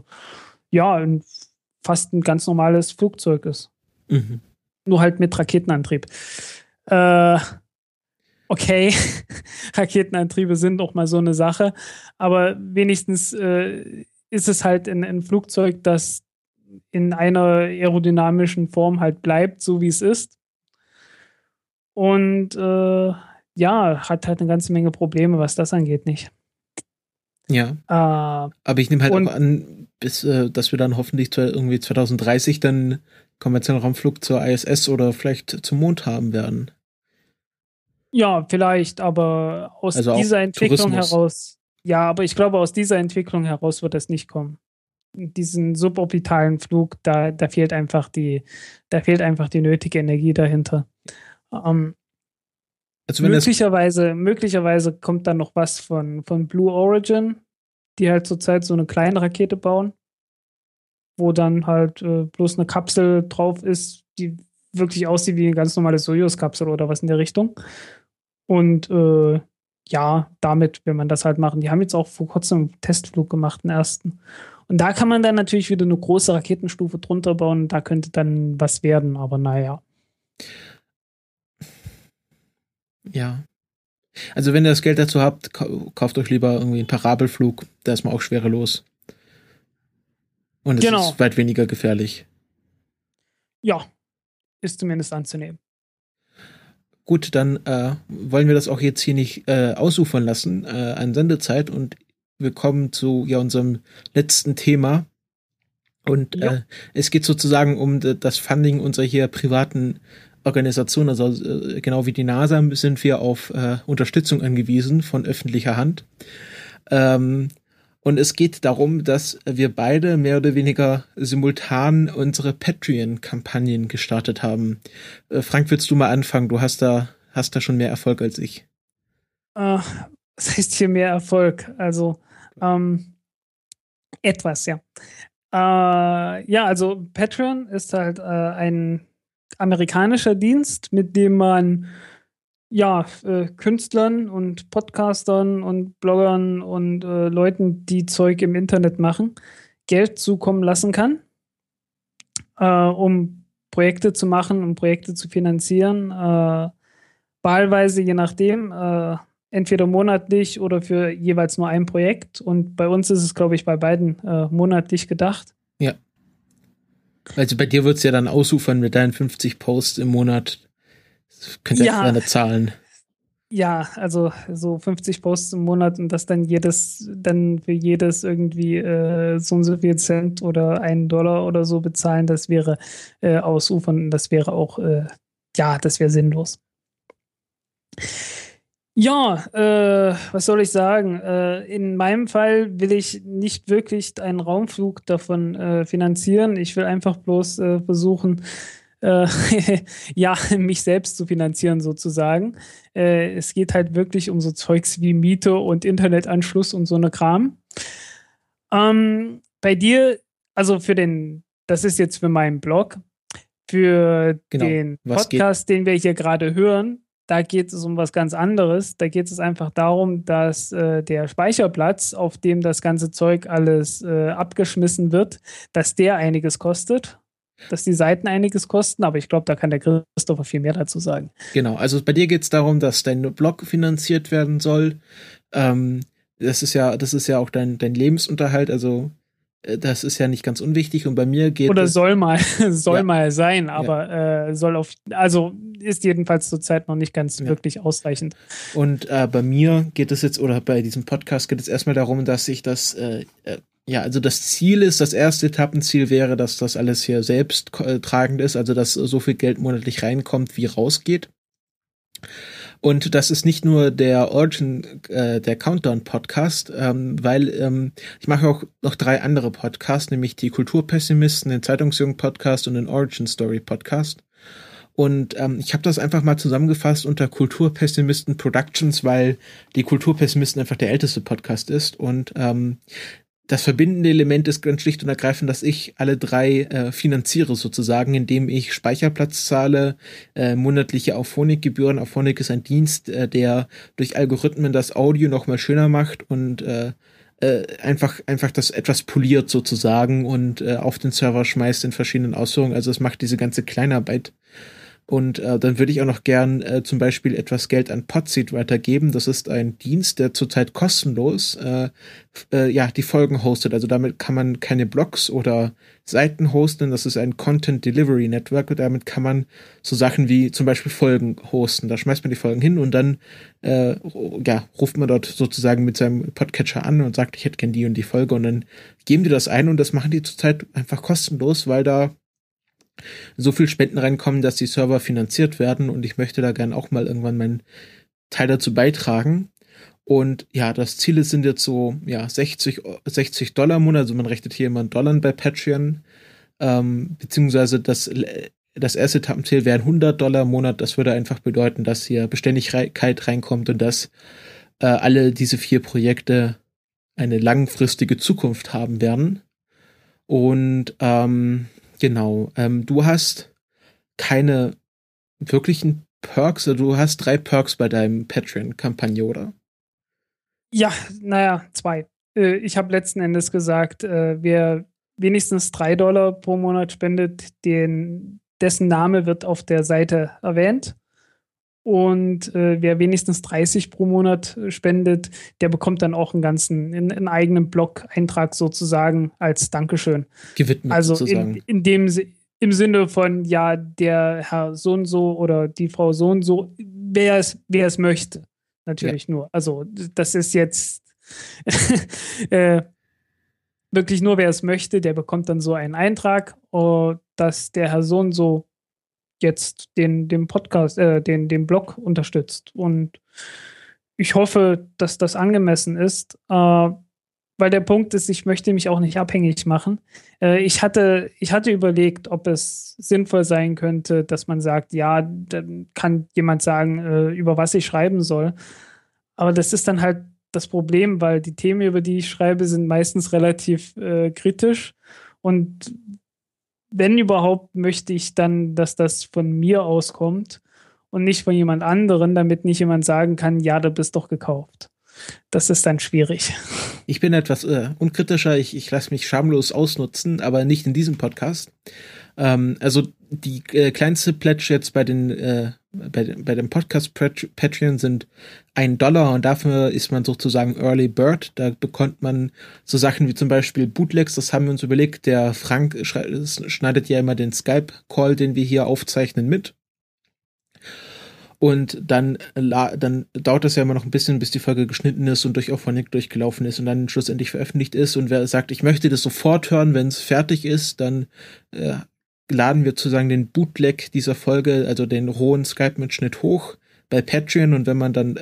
fast ein ganz normales Flugzeug ist. Mhm. Nur halt mit Raketenantrieb. Okay, Raketenantriebe sind auch mal so eine Sache, aber wenigstens ist es halt ein Flugzeug, das in einer aerodynamischen Form halt bleibt, so wie es ist. Und hat halt eine ganze Menge Probleme, was das angeht, nicht. Ja. Aber ich nehme halt auch an, dass wir dann hoffentlich irgendwie 2030 dann kommerziellen Raumflug zur ISS oder vielleicht zum Mond haben werden. Ja, vielleicht, aber aus dieser Entwicklung heraus. Ja, aber ich glaube, aus dieser Entwicklung heraus wird das nicht kommen. Diesen suborbitalen Flug, da fehlt einfach die nötige Energie dahinter. Also möglicherweise kommt dann noch was von Blue Origin, die halt zurzeit so eine kleine Rakete bauen, wo dann halt bloß eine Kapsel drauf ist, die wirklich aussieht wie eine ganz normale Soyuz-Kapsel oder was in der Richtung. Und damit will man das halt machen. Die haben jetzt auch vor kurzem einen Testflug gemacht, den ersten. Und da kann man dann natürlich wieder eine große Raketenstufe drunter bauen. Da könnte dann was werden, aber naja. Ja. Also wenn ihr das Geld dazu habt, kauft euch lieber irgendwie einen Parabelflug. Da ist man auch schwerelos. Und es ist weit weniger gefährlich. Ja, ist zumindest anzunehmen. Gut, dann wollen wir das auch jetzt hier nicht ausufern lassen an Sendezeit und wir kommen zu unserem letzten Thema. Und es geht sozusagen um das Funding unserer hier privaten Organisation. Also genau wie die NASA sind wir auf Unterstützung angewiesen von öffentlicher Hand. Und es geht darum, dass wir beide mehr oder weniger simultan unsere Patreon-Kampagnen gestartet haben. Frank, willst du mal anfangen? Du hast da schon mehr Erfolg als ich. Was heißt hier mehr Erfolg? Also etwas, ja. Also Patreon ist halt ein amerikanischer Dienst, mit dem man Künstlern und Podcastern und Bloggern und Leuten, die Zeug im Internet machen, Geld zukommen lassen kann, um Projekte zu machen, um Projekte zu finanzieren, wahlweise je nachdem, entweder monatlich oder für jeweils nur ein Projekt. Und bei uns ist es, glaube ich, bei beiden monatlich gedacht. Ja. Also bei dir wird es ja dann ausufern mit deinen 50 Posts im Monat. Das könnt ihr gerne zahlen. Ja, also so 50 Posts im Monat und das dann für jedes irgendwie so und so viel Cent oder $1 oder so bezahlen, das wäre ausufern und das wäre auch, das wäre sinnlos. Ja, was soll ich sagen? In meinem Fall will ich nicht wirklich einen Raumflug davon finanzieren. Ich will einfach bloß versuchen, mich selbst zu finanzieren sozusagen. Es geht halt wirklich um so Zeugs wie Miete und Internetanschluss und so eine Kram. Bei dir, also das ist jetzt für meinen Blog, für den Podcast, den wir hier gerade hören, da geht es um was ganz anderes. Da geht es einfach darum, dass der Speicherplatz, auf dem das ganze Zeug alles abgeschmissen wird, dass der einiges kostet. Dass die Seiten einiges kosten, aber ich glaube, da kann der Christopher viel mehr dazu sagen. Genau, also bei dir geht es darum, dass dein Blog finanziert werden soll. Das ist ja auch dein Lebensunterhalt, also das ist ja nicht ganz unwichtig und bei mir geht oder soll mal sein, aber ist jedenfalls zurzeit noch nicht ganz wirklich ausreichend. Und bei mir geht es jetzt, oder bei diesem Podcast geht es erstmal darum, dass ich das also das Ziel ist, das erste Etappenziel wäre, dass das alles hier selbst tragend ist, also dass so viel Geld monatlich reinkommt, wie rausgeht. Und das ist nicht nur der der Countdown-Podcast, weil ich mache auch noch 3 andere Podcasts, nämlich die Kulturpessimisten, den Zeitungsjungen-Podcast und den Origin-Story-Podcast. Und ich habe das einfach mal zusammengefasst unter Kulturpessimisten Productions, weil die Kulturpessimisten einfach der älteste Podcast ist. Und das verbindende Element ist ganz schlicht und ergreifend, dass ich alle 3 finanziere sozusagen, indem ich Speicherplatz zahle, monatliche Auphonic-Gebühren. Auphonic ist ein Dienst, der durch Algorithmen das Audio noch mal schöner macht und einfach das etwas poliert sozusagen und auf den Server schmeißt in verschiedenen Ausführungen. Also es macht diese ganze Kleinarbeit. Und dann würde ich auch noch gern zum Beispiel etwas Geld an Podseed weitergeben. Das ist ein Dienst, der zurzeit kostenlos die Folgen hostet. Also damit kann man keine Blogs oder Seiten hosten. Das ist ein Content Delivery Network. Und damit kann man so Sachen wie zum Beispiel Folgen hosten. Da schmeißt man die Folgen hin und dann ruft man dort sozusagen mit seinem Podcatcher an und sagt, ich hätte gern die und die Folge. Und dann geben die das ein und das machen die zurzeit einfach kostenlos, weil da so viel Spenden reinkommen, dass die Server finanziert werden und ich möchte da gern auch mal irgendwann meinen Teil dazu beitragen. Und ja, das Ziel sind jetzt so $60 im Monat, also man rechnet hier immer in Dollar bei Patreon, beziehungsweise das erste Etappenziel wären $100 im Monat. Das würde einfach bedeuten, dass hier Beständigkeit reinkommt und dass alle diese 4 Projekte eine langfristige Zukunft haben werden. Und genau, du hast keine wirklichen Perks, du hast 3 Perks bei deinem Patreon-Kampagne, oder? Ja, 2. Ich habe letzten Endes gesagt, wer wenigstens $3 pro Monat spendet, dessen Name wird auf der Seite erwähnt. Und wer wenigstens 30 pro Monat spendet, der bekommt dann auch einen eigenen Blog-Eintrag sozusagen als Dankeschön. Gewidmet also sozusagen. Im Sinne von, der Herr so und so oder die Frau so und so, wer es möchte. Natürlich nur. Also das ist jetzt Wirklich nur, wer es möchte, der bekommt dann so einen Eintrag, dass der Herr so und so jetzt den Podcast, den Blog unterstützt. Und ich hoffe, dass das angemessen ist, weil der Punkt ist, ich möchte mich auch nicht abhängig machen. Ich hatte überlegt, ob es sinnvoll sein könnte, dass man sagt, ja, dann kann jemand sagen, über was ich schreiben soll. Aber das ist dann halt das Problem, weil die Themen, über die ich schreibe, sind meistens relativ kritisch. Und wenn überhaupt, möchte ich dann, dass das von mir auskommt und nicht von jemand anderen, damit nicht jemand sagen kann, ja, du bist doch gekauft. Das ist dann schwierig. Ich bin etwas unkritischer, ich lasse mich schamlos ausnutzen, aber nicht in diesem Podcast. Also die kleinste Pledge jetzt bei dem Podcast Patreon sind $1 und dafür ist man sozusagen Early Bird. Da bekommt man so Sachen wie zum Beispiel Bootlegs, das haben wir uns überlegt. Der Frank schneidet ja immer den Skype-Call, den wir hier aufzeichnen, mit. Und dann dauert das ja immer noch ein bisschen, bis die Folge geschnitten ist und durch Auphonic durchgelaufen ist und dann schlussendlich veröffentlicht ist. Und wer sagt, ich möchte das sofort hören, wenn es fertig ist, dann laden wir sozusagen den Bootleg dieser Folge, also den rohen Skype-Mitschnitt hoch bei Patreon. Und wenn man dann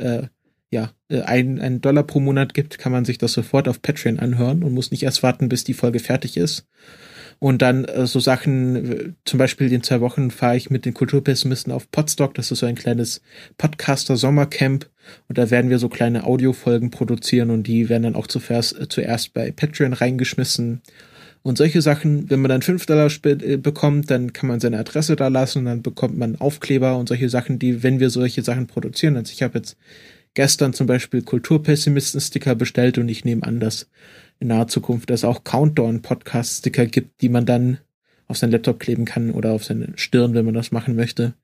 $1 pro Monat gibt, kann man sich das sofort auf Patreon anhören und muss nicht erst warten, bis die Folge fertig ist. Und dann so Sachen, zum Beispiel in 2 Wochen fahre ich mit den Kulturpessimisten auf Podstock. Das ist so ein kleines Podcaster-Sommercamp. Und da werden wir so kleine Audiofolgen produzieren und die werden dann auch zuerst bei Patreon reingeschmissen. Und solche Sachen, wenn man dann $5 bekommt, dann kann man seine Adresse da lassen und dann bekommt man Aufkleber und solche Sachen, die, wenn wir solche Sachen produzieren. Also ich habe jetzt gestern zum Beispiel Kulturpessimisten-Sticker bestellt und ich nehme an, dass in naher Zukunft es auch Countdown-Podcast-Sticker gibt, die man dann auf seinen Laptop kleben kann oder auf seine Stirn, wenn man das machen möchte.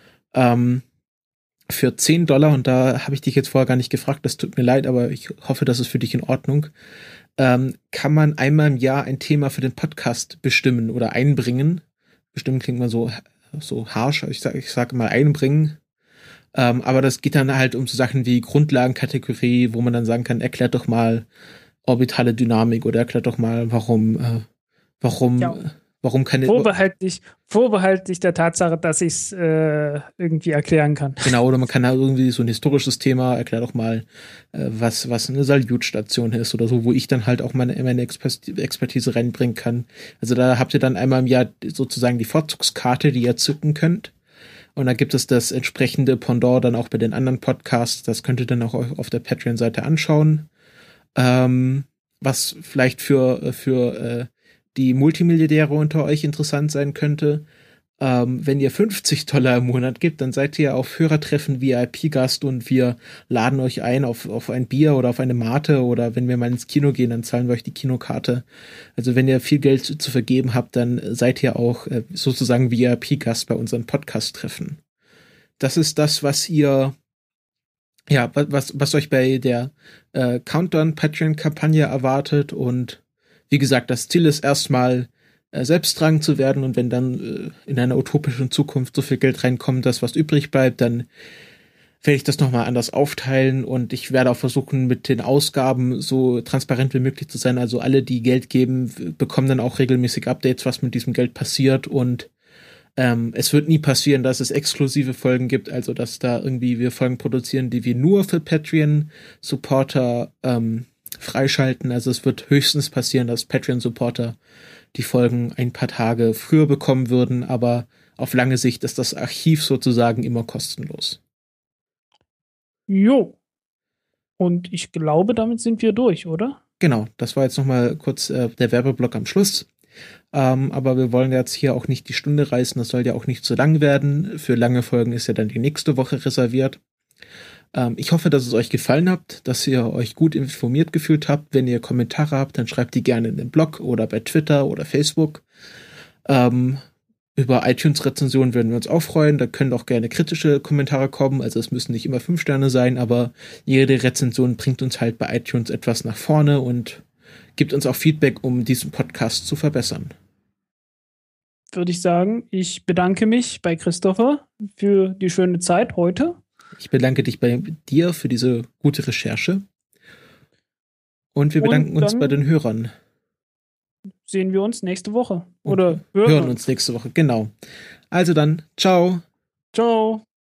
Für $10, und da habe ich dich jetzt vorher gar nicht gefragt, das tut mir leid, aber ich hoffe, das ist für dich in Ordnung, kann man einmal im Jahr ein Thema für den Podcast bestimmen oder einbringen. Bestimmen klingt mal so harsch, ich sag mal einbringen. Aber das geht dann halt um so Sachen wie Grundlagenkategorie, wo man dann sagen kann, erklärt doch mal orbitale Dynamik oder erklärt doch mal, warum keine... Vorbehaltlich der Tatsache, dass ich es irgendwie erklären kann. Genau, oder man kann halt irgendwie so ein historisches Thema, erklärt doch mal, was eine Salutstation ist oder so, wo ich dann halt auch meine Expertise reinbringen kann. Also da habt ihr dann einmal im Jahr sozusagen die Vorzugskarte, die ihr zücken könnt. Und da gibt es das entsprechende Pendant dann auch bei den anderen Podcasts. Das könnt ihr dann auch auf der Patreon-Seite anschauen. Was vielleicht für die Multimilliardäre unter euch interessant sein könnte. Wenn ihr $50 im Monat gibt, dann seid ihr auf Hörertreffen VIP-Gast und wir laden euch ein auf ein Bier oder auf eine Mate oder wenn wir mal ins Kino gehen, dann zahlen wir euch die Kinokarte. Also wenn ihr viel Geld zu vergeben habt, dann seid ihr auch sozusagen VIP-Gast bei unseren Podcast-Treffen. Das ist das, was ihr was euch bei der Countdown-Patreon-Kampagne erwartet und wie gesagt, das Ziel ist erstmal selbsttragend zu werden und wenn dann in einer utopischen Zukunft so viel Geld reinkommt, dass was übrig bleibt, dann werde ich das nochmal anders aufteilen und ich werde auch versuchen, mit den Ausgaben so transparent wie möglich zu sein. Also alle, die Geld geben, bekommen dann auch regelmäßig Updates, was mit diesem Geld passiert und es wird nie passieren, dass es exklusive Folgen gibt, also dass da irgendwie wir Folgen produzieren, die wir nur für Patreon-Supporter freischalten. Also es wird höchstens passieren, dass Patreon-Supporter die Folgen ein paar Tage früher bekommen würden, aber auf lange Sicht ist das Archiv sozusagen immer kostenlos. Jo. Und ich glaube, damit sind wir durch, oder? Genau, das war jetzt nochmal kurz der Werbeblock am Schluss. Aber wir wollen jetzt hier auch nicht die Stunde reißen, das soll ja auch nicht zu lang werden. Für lange Folgen ist ja dann die nächste Woche reserviert. Ich hoffe, dass es euch gefallen hat, dass ihr euch gut informiert gefühlt habt. Wenn ihr Kommentare habt, dann schreibt die gerne in den Blog oder bei Twitter oder Facebook. Über iTunes-Rezensionen würden wir uns auch freuen. Da können auch gerne kritische Kommentare kommen. Also es müssen nicht immer 5 Sterne sein, aber jede Rezension bringt uns halt bei iTunes etwas nach vorne und gibt uns auch Feedback, um diesen Podcast zu verbessern. Würde ich sagen, ich bedanke mich bei Christopher für die schöne Zeit heute. Ich bedanke dich bei dir für diese gute Recherche. Und wir bedanken uns bei den Hörern. Sehen wir uns nächste Woche. Oder hören uns nächste Woche, genau. Also dann, ciao. Ciao.